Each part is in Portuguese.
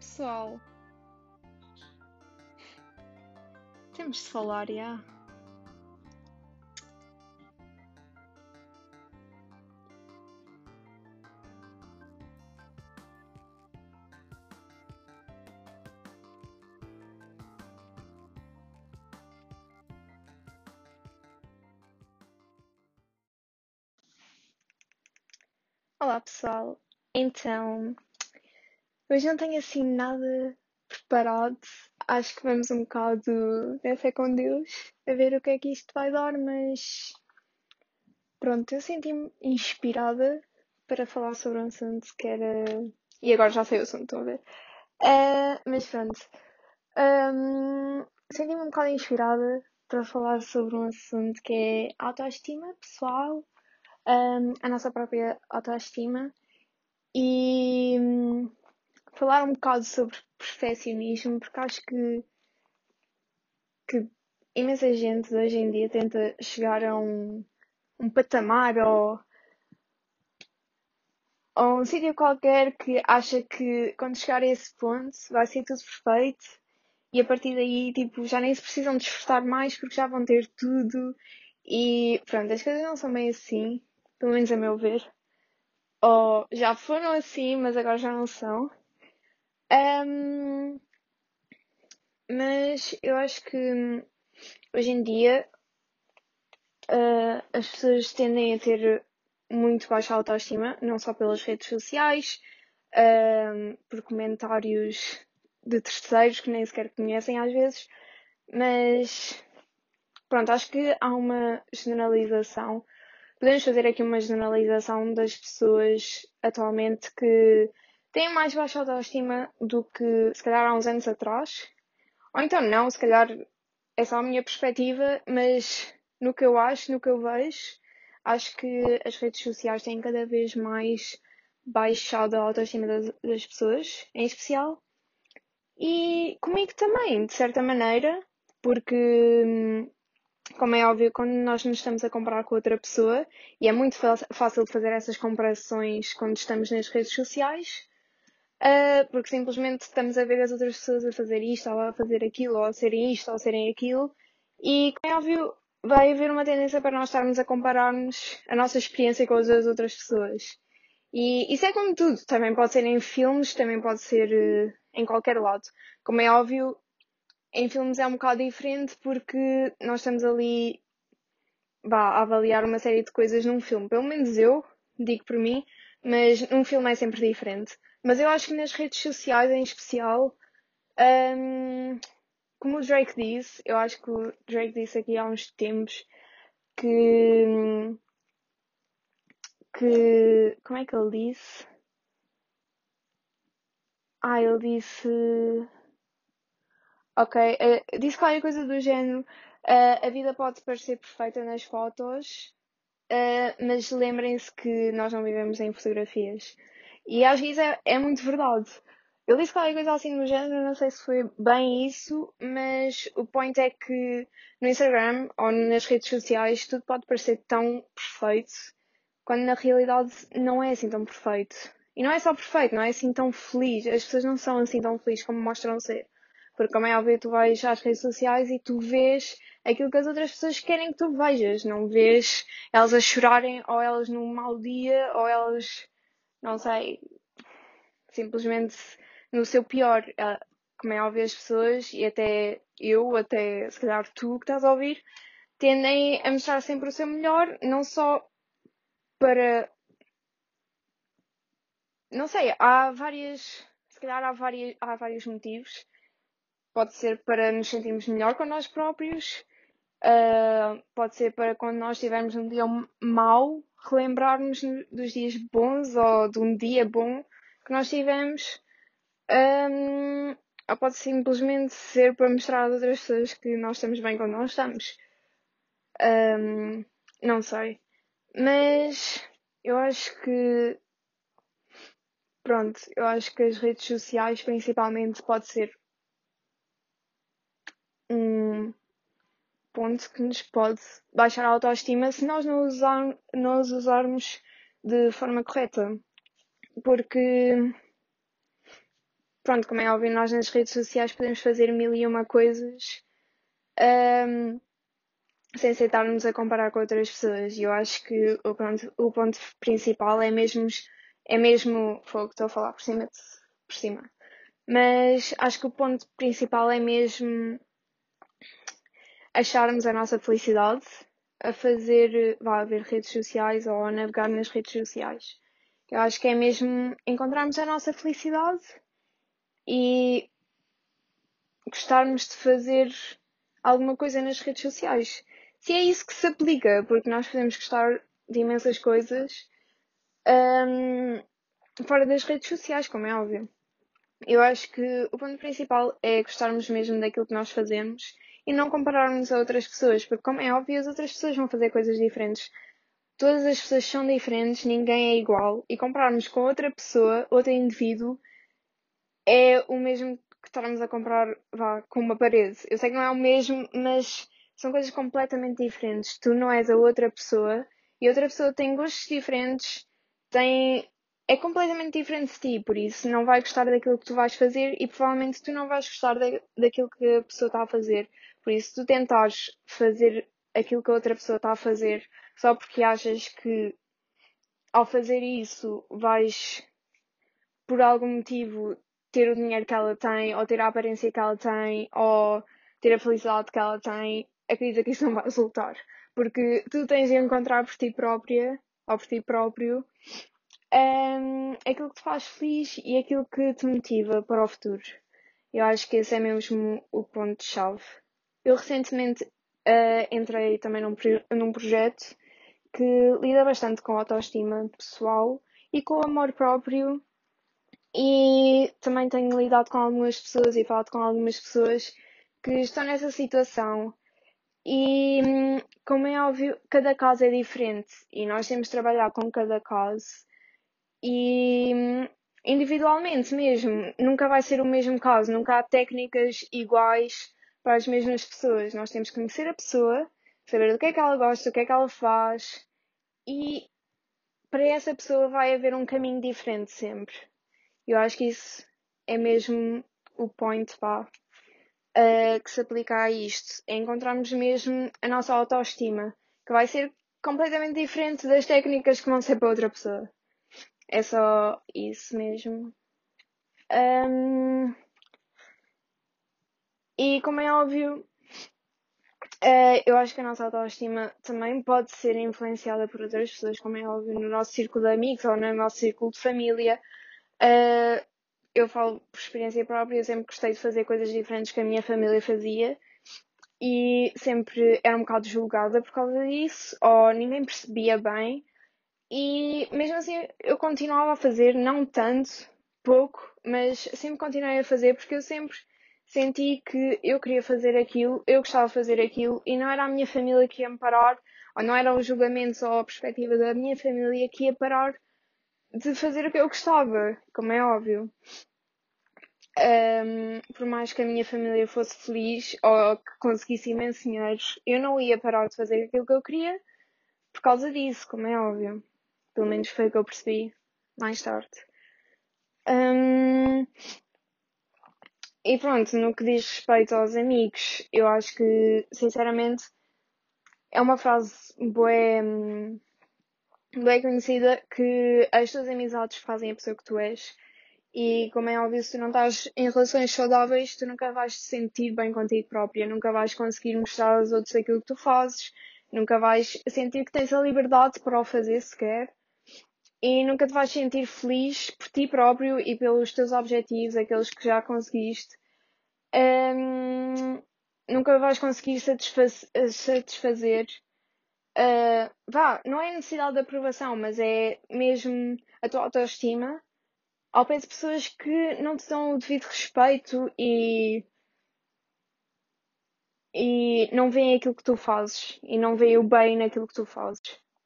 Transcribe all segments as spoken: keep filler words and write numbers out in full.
pessoal, temos de falar, já. Olá pessoal, então, hoje não tenho assim nada preparado. Acho que vamos um bocado de fé com Deus, a ver o que é que isto vai dar, mas pronto, eu senti-me inspirada para falar sobre um assunto que era. E agora já sei o assunto, estão a ver? Ah, mas pronto, Ahm, senti-me um bocado inspirada para falar sobre um assunto que é autoestima pessoal, ahm, a nossa própria autoestima e hum, falar um bocado sobre perfeccionismo, porque acho que, que imensa gente de hoje em dia tenta chegar a um, um patamar ou, ou um sítio qualquer que acha que quando chegar a esse ponto vai ser tudo perfeito e a partir daí tipo, já nem se precisam de esforçar mais porque já vão ter tudo e pronto, as coisas não são bem assim, pelo menos a meu ver. Ou já foram assim, mas agora já não são. Ahm, mas eu acho que hum, hoje em dia ah, as pessoas tendem a ter muito baixa autoestima, não só pelas redes sociais, ahm, por comentários de terceiros que nem sequer conhecem às vezes, mas pronto, acho que há uma generalização. Podemos fazer aqui uma generalização das pessoas atualmente que têm mais baixa autoestima do que se calhar há uns anos atrás. Ou então não, se calhar é só a minha perspectiva, mas no que eu acho, no que eu vejo, acho que as redes sociais têm cada vez mais baixado a autoestima das, das pessoas, em especial. E comigo também, de certa maneira, porque, hum, como é óbvio, quando nós nos estamos a comparar com outra pessoa, e é muito fa- fácil de fazer essas comparações quando estamos nas redes sociais, ah, porque simplesmente estamos a ver as outras pessoas a fazer isto, ou a fazer aquilo, ou a serem isto, ou a serem aquilo, e como é óbvio, vai haver uma tendência para nós estarmos a compararmos a nossa experiência com as das outras pessoas. E isso é como tudo, também pode ser em filmes, também pode ser eh, em qualquer lado. Como é óbvio, em filmes é um bocado diferente porque nós estamos ali, vá, a avaliar uma série de coisas num filme. Pelo menos eu, digo por mim, mas num filme é sempre diferente. Mas eu acho que nas redes sociais em especial, hum, como o Drake disse, eu acho que o Drake disse aqui há uns tempos que, que, como é que ele disse? Ah, ele disse, ok, eh, disse qualquer coisa do género, eh, a vida pode parecer perfeita nas fotos, eh, mas lembrem-se que nós não vivemos em fotografias. E acho que isso é, é muito verdade. Ele disse qualquer coisa assim no género, não sei se foi bem isso, mas o point é que no Instagram ou nas redes sociais tudo pode parecer tão perfeito, quando na realidade não é assim tão perfeito. E não é só perfeito, não é assim tão feliz. As pessoas não são assim tão felizes como mostram ser. Porque como é óbvio, tu vais às redes sociais e tu vês aquilo que as outras pessoas querem que tu vejas. Não vês elas a chorarem ou elas num mau dia ou elas, não sei, simplesmente no seu pior. Ah, Como é óbvio, as pessoas, e até eu, até se calhar tu que estás a ouvir, tendem a mostrar sempre o seu melhor, não só para. Não sei, há várias. Se calhar há, várias, há vários motivos. Pode ser para nos sentirmos melhor com nós próprios, ah, pode ser para quando nós tivermos um dia mau, relembrarmos dos dias bons ou de um dia bom que nós tivemos. Ahm, ou pode simplesmente ser para mostrar às outras pessoas que nós estamos bem quando nós estamos. Ahm, não sei. Mas eu acho que, pronto, eu acho que as redes sociais principalmente pode ser um ponto que nos pode baixar a autoestima se nós não, usar, não os usarmos de forma correta. Porque, pronto, como é óbvio, nós nas redes sociais podemos fazer mil e uma coisas ahm, sem se estarmos a comparar com outras pessoas. E eu acho que o ponto, o ponto principal é mesmo, é mesmo, fogo, estou a falar por cima, de- por cima. Mas acho que o ponto principal é mesmo acharmos a nossa felicidade a fazer, vá a ver redes sociais ou a navegar nas redes sociais. Eu acho que é mesmo encontrarmos a nossa felicidade e gostarmos de fazer alguma coisa nas redes sociais. Se é isso que se aplica, porque nós podemos gostar de imensas coisas hum, fora das redes sociais, como é óbvio. Eu acho que o ponto principal é gostarmos mesmo daquilo que nós fazemos e não compararmos a outras pessoas, porque, como é óbvio, as outras pessoas vão fazer coisas diferentes. Todas as pessoas são diferentes, ninguém é igual, e compararmos com outra pessoa, outro indivíduo, é o mesmo que estarmos a comparar, vá, com uma parede. Eu sei que não é o mesmo, mas são coisas completamente diferentes. Tu não és a outra pessoa e outra pessoa tem gostos diferentes, tem é completamente diferente de ti, por isso não vai gostar daquilo que tu vais fazer e provavelmente tu não vais gostar da, daquilo que a pessoa está a fazer. Por isso, tu tentares fazer aquilo que a outra pessoa está a fazer só porque achas que ao fazer isso vais, por algum motivo, ter o dinheiro que ela tem, ou ter a aparência que ela tem, ou ter a felicidade que ela tem, acredita que isso não vai resultar. Porque tu tens de encontrar por ti própria, ou por ti próprio, um, aquilo que te faz feliz e aquilo que te motiva para o futuro. Eu acho que esse é mesmo o ponto-chave. Eu recentemente uh, entrei também num, num projeto que lida bastante com a autoestima pessoal e com o amor próprio e também tenho lidado com algumas pessoas e falado com algumas pessoas que estão nessa situação e, hum, como é óbvio, cada caso é diferente e nós temos de trabalhar com cada caso e hum, individualmente mesmo. Nunca vai ser o mesmo caso, nunca há técnicas iguais para as mesmas pessoas. Nós temos que conhecer a pessoa, saber do que é que ela gosta, o que é que ela faz e para essa pessoa vai haver um caminho diferente sempre. Eu acho que isso é mesmo o point, pá, uh, que se aplica a isto. É encontrarmos mesmo a nossa autoestima, que vai ser completamente diferente das técnicas que vão ser para outra pessoa. É só isso mesmo. Um, e como é óbvio, uh, eu acho que a nossa autoestima também pode ser influenciada por outras pessoas, como é óbvio, no nosso círculo de amigos ou no nosso círculo de família. Uh, eu falo por experiência própria, eu sempre gostei de fazer coisas diferentes que a minha família fazia e sempre era um bocado julgada por causa disso, ou ninguém percebia bem. E mesmo assim eu continuava a fazer, não tanto, pouco, mas sempre continuei a fazer porque eu sempre senti que eu queria fazer aquilo, eu gostava de fazer aquilo e não era a minha família que ia me parar, ou não eram os julgamentos ou a perspectiva da minha família que ia parar de fazer o que eu gostava, como é óbvio. Um, por mais que a minha família fosse feliz ou que conseguisse imenso dinheiro, eu não ia parar de fazer aquilo que eu queria por causa disso, como é óbvio. Pelo menos foi o que eu percebi mais tarde. Um, e pronto, no que diz respeito aos amigos, eu acho que, sinceramente, é uma frase bué, bué conhecida que as tuas amizades fazem a pessoa que tu és. E como é óbvio, se tu não estás em relações saudáveis, tu nunca vais te sentir bem contigo própria, nunca vais conseguir mostrar aos outros aquilo que tu fazes, nunca vais sentir que tens a liberdade para o fazer sequer e nunca te vais sentir feliz por ti próprio e pelos teus objetivos, aqueles que já conseguiste. Hum, nunca vais conseguir satisfaz- satisfazer. Uh, vá, não é necessidade de aprovação, mas é mesmo a tua autoestima ao pé de pessoas que não te dão o devido respeito e, e não veem aquilo que tu fazes e não veem o bem naquilo que tu fazes.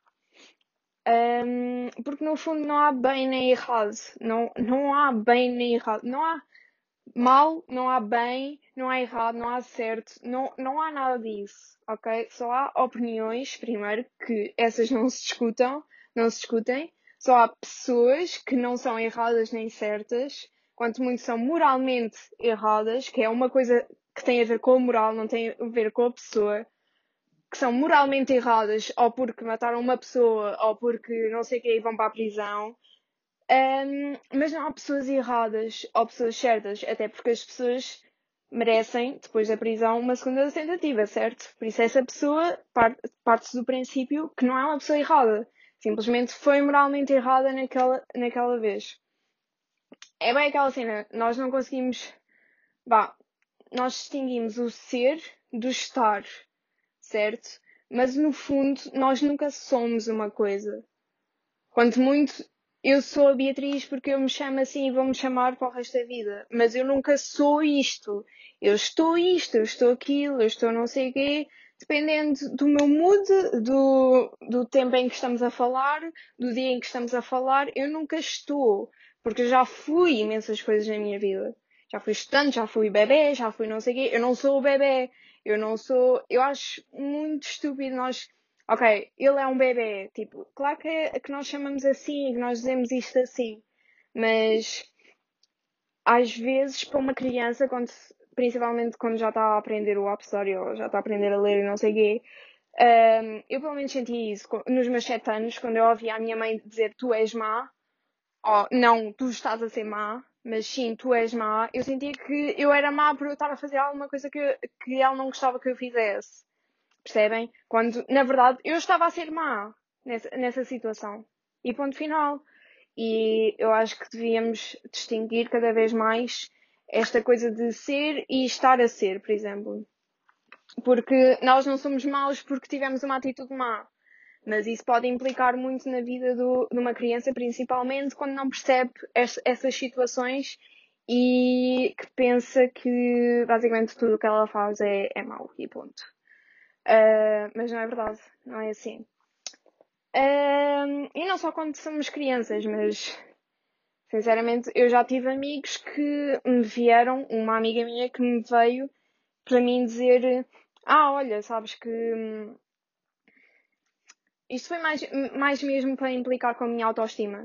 Um, porque no fundo não há bem nem errado. Não, não há bem nem errado. Não há mal, não há bem, não há errado, não há certo. Não, não há nada disso, ok? Só há opiniões, primeiro, que essas não se discutam, não se discutem. Só há pessoas que não são erradas nem certas. quanto muito são moralmente erradas, que é uma coisa que tem a ver com a moral, não tem a ver com a pessoa, que são moralmente erradas, ou porque mataram uma pessoa, ou porque não sei o que, e vão para a prisão. Um, mas não há pessoas erradas ou pessoas certas, até porque as pessoas merecem, depois da prisão, uma segunda tentativa, certo? Por isso essa pessoa parte, parte do princípio que não é uma pessoa errada. Simplesmente foi moralmente errada naquela, naquela vez. É bem aquela cena, nós não conseguimos... Bah, nós distinguimos o ser do estar, certo? Mas no fundo, nós nunca somos uma coisa. Quanto muito, eu sou a Beatriz porque eu me chamo assim e vou-me chamar para o resto da vida. Mas eu nunca sou isto. Eu estou isto, eu estou aquilo, eu estou não sei o quê. Dependendo do meu mood, do, do tempo em que estamos a falar, do dia em que estamos a falar, eu nunca estou. Porque eu já fui imensas coisas na minha vida. Já fui estudante, já fui bebê, já fui não sei o quê. Eu não sou o bebê. Eu não sou... Eu acho muito estúpido nós... Ok, ele é um bebê. Tipo, claro que, é- que nós chamamos assim, que nós dizemos isto assim. Mas às vezes, para uma criança, quando, se- principalmente quando já está a aprender o App Store ou já está a aprender a ler e não sei o quê, hum, eu pelo menos senti isso co- nos meus sete anos, quando eu ouvia a minha mãe dizer tu és má, ou não, tu estás a ser má, mas sim, tu és má, eu sentia que eu era má por eu estar a fazer alguma coisa que, que ela não gostava que eu fizesse. Percebem? Quando, na verdade, eu estava a ser má nessa, nessa situação. E ponto final. E eu acho que devíamos distinguir cada vez mais esta coisa de ser e estar a ser, por exemplo. Porque nós não somos maus porque tivemos uma atitude má. Mas isso pode implicar muito na vida do, de uma criança, principalmente quando não percebe es- essas situações e que pensa que basicamente tudo o que ela faz é, é mau e ponto. Ah, mas não é verdade, não é assim. Ahm, e não só quando somos crianças, mas sinceramente eu já tive amigos que me vieram, uma amiga minha que me veio para mim dizer: Ah, olha, sabes que hum, isto foi mais, mais mesmo para implicar com a minha autoestima.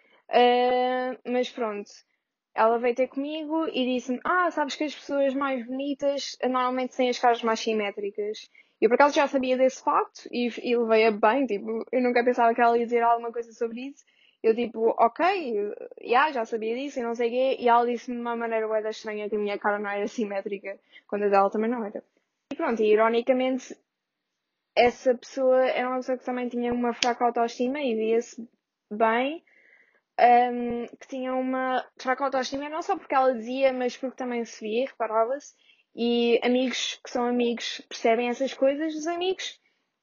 Ah, mas pronto, ela veio ter comigo e disse-me: Ah, sabes que as pessoas mais bonitas eh, normalmente têm as caras mais simétricas. Eu por acaso já sabia desse facto e, e levei a bem, tipo, eu nunca pensava que ela ia dizer alguma coisa sobre isso. Eu tipo, ok, já yeah, já sabia disso e não sei o quê. E ela disse-me de uma maneira bué da estranha que a minha cara não era simétrica, quando a dela também não era. E pronto, e ironicamente, essa pessoa era uma pessoa que também tinha uma fraca autoestima e via-se bem um, que tinha uma fraca autoestima, não só porque ela dizia, mas porque também se via, reparava-se. E amigos que são amigos percebem essas coisas dos amigos.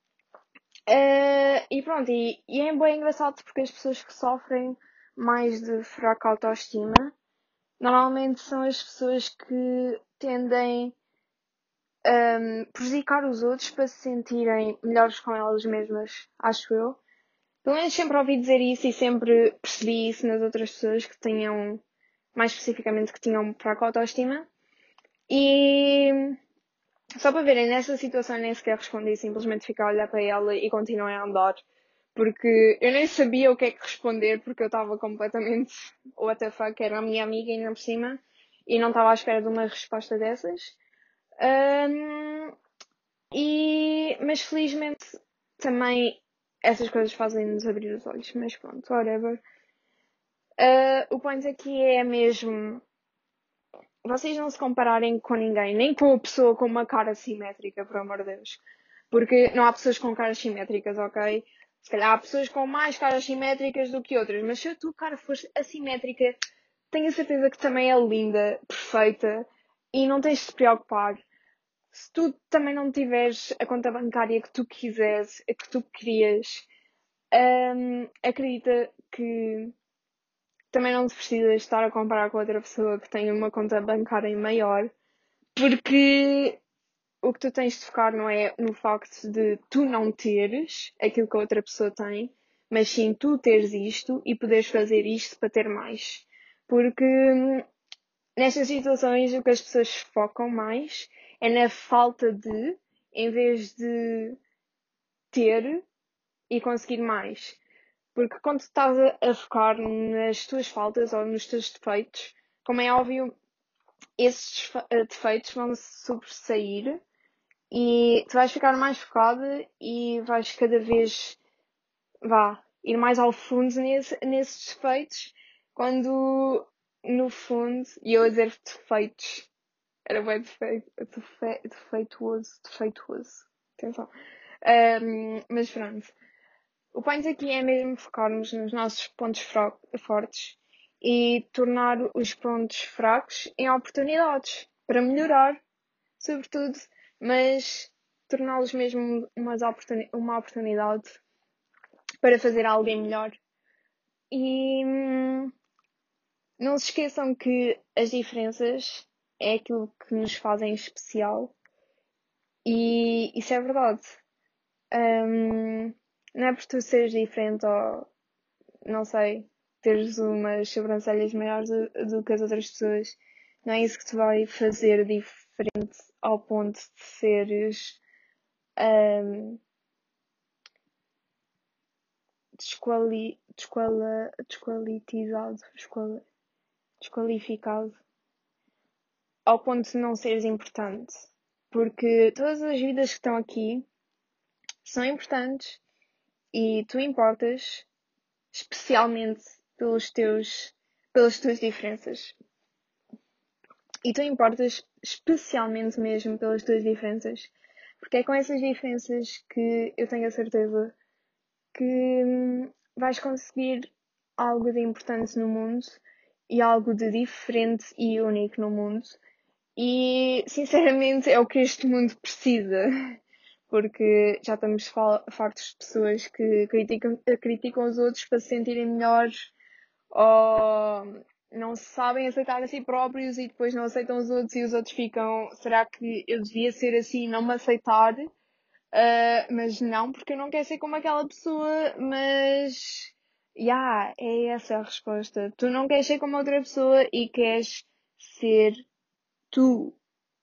Uh, e pronto, e, e é bem engraçado porque as pessoas que sofrem mais de fraca autoestima normalmente são as pessoas que tendem a um, prejudicar os outros para se sentirem melhores com elas mesmas, acho eu. Pelo menos sempre ouvi dizer isso e sempre percebi isso nas outras pessoas que tinham, mais especificamente, que tinham fraca autoestima. E só para verem, nessa situação eu nem sequer respondi, simplesmente fiquei a olhar para ela e continuei a andar. Porque eu nem sabia o que é que responder, porque eu estava completamente what the fuck, era a minha amiga ainda por cima, e não estava à espera de uma resposta dessas. Um, e, mas felizmente também essas coisas fazem-nos abrir os olhos, mas pronto, whatever. Uh, o ponto aqui é mesmo vocês não se compararem com ninguém, nem com a pessoa com uma cara simétrica, por amor de Deus. Porque não há pessoas com caras simétricas, ok? Se calhar há pessoas com mais caras simétricas do que outras, mas se a tua cara for assimétrica, tenho a certeza que também é linda, perfeita, e não tens de se preocupar. Se tu também não tiveres a conta bancária que tu quiseres, que tu querias, hum, acredita que também não te precisas estar a comparar com outra pessoa que tem uma conta bancária maior, porque o que tu tens de focar não é no facto de tu não teres aquilo que a outra pessoa tem, mas sim tu teres isto e poderes fazer isto para ter mais. Porque hum, nestas situações o que as pessoas focam mais é na falta de, em vez de ter e conseguir mais. Porque quando estás a, a focar nas tuas faltas ou nos teus defeitos, como é óbvio, esses desfa- eh, defeitos vão se sobressair e tu vais ficar mais focada e vais cada vez, vá, ir mais ao fundo nesse, nesses defeitos, quando no fundo, e eu a dizer defeitos, era bem defeito, defe, defeituoso, defeituoso, atenção. Um, mas pronto, o ponto aqui é mesmo focarmos nos nossos pontos fro- fortes e tornar os pontos fracos em oportunidades para melhorar, sobretudo, mas torná-los mesmo umas oportuni- uma oportunidade para fazer alguém melhor. E hum, não se esqueçam que as diferenças é aquilo que nos fazem especial e isso é verdade. Hum, não é por tu seres diferente ou, não sei, teres umas sobrancelhas maiores do, do que as outras pessoas. Não é isso que te vai fazer diferente ao ponto de seres hum, desquali, desquala, desqualitizado, desquali, desqualificado, ao ponto de não seres importante. Porque todas as vidas que estão aqui são importantes e tu importas, especialmente pelos teus, pelas tuas diferenças. E tu importas especialmente mesmo pelas tuas diferenças. Porque é com essas diferenças que eu tenho a certeza que hum, vais conseguir algo de importante no mundo e algo de diferente e único no mundo. E, sinceramente, é o que este mundo precisa. Porque já estamos fa- fartos de pessoas que criticam, criticam os outros para se sentirem melhores ou não se sabem aceitar a si próprios e depois não aceitam os outros e os outros ficam, será que eu devia ser assim e não me aceitar? Uh, mas não, porque eu não quero ser como aquela pessoa, mas yeah, é essa a resposta. Tu não queres ser como outra pessoa e queres ser tu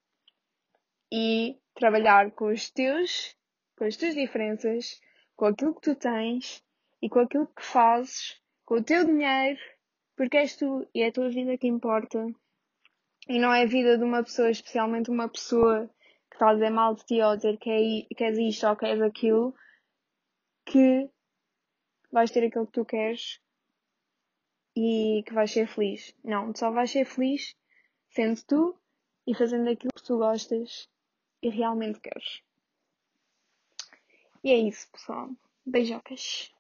e trabalhar com os teus, com as tuas diferenças, com aquilo que tu tens e com aquilo que fazes, com o teu dinheiro, porque és tu e é a tua vida que importa. E não é a vida de uma pessoa, especialmente uma pessoa que está a dizer mal de ti ou a dizer que, é, que és isto ou que és aquilo, que vais ter aquilo que tu queres e que vais ser feliz. Não, tu só vais ser feliz sendo tu e fazendo aquilo que tu gostas e realmente queres. E é isso, pessoal. Beijocas.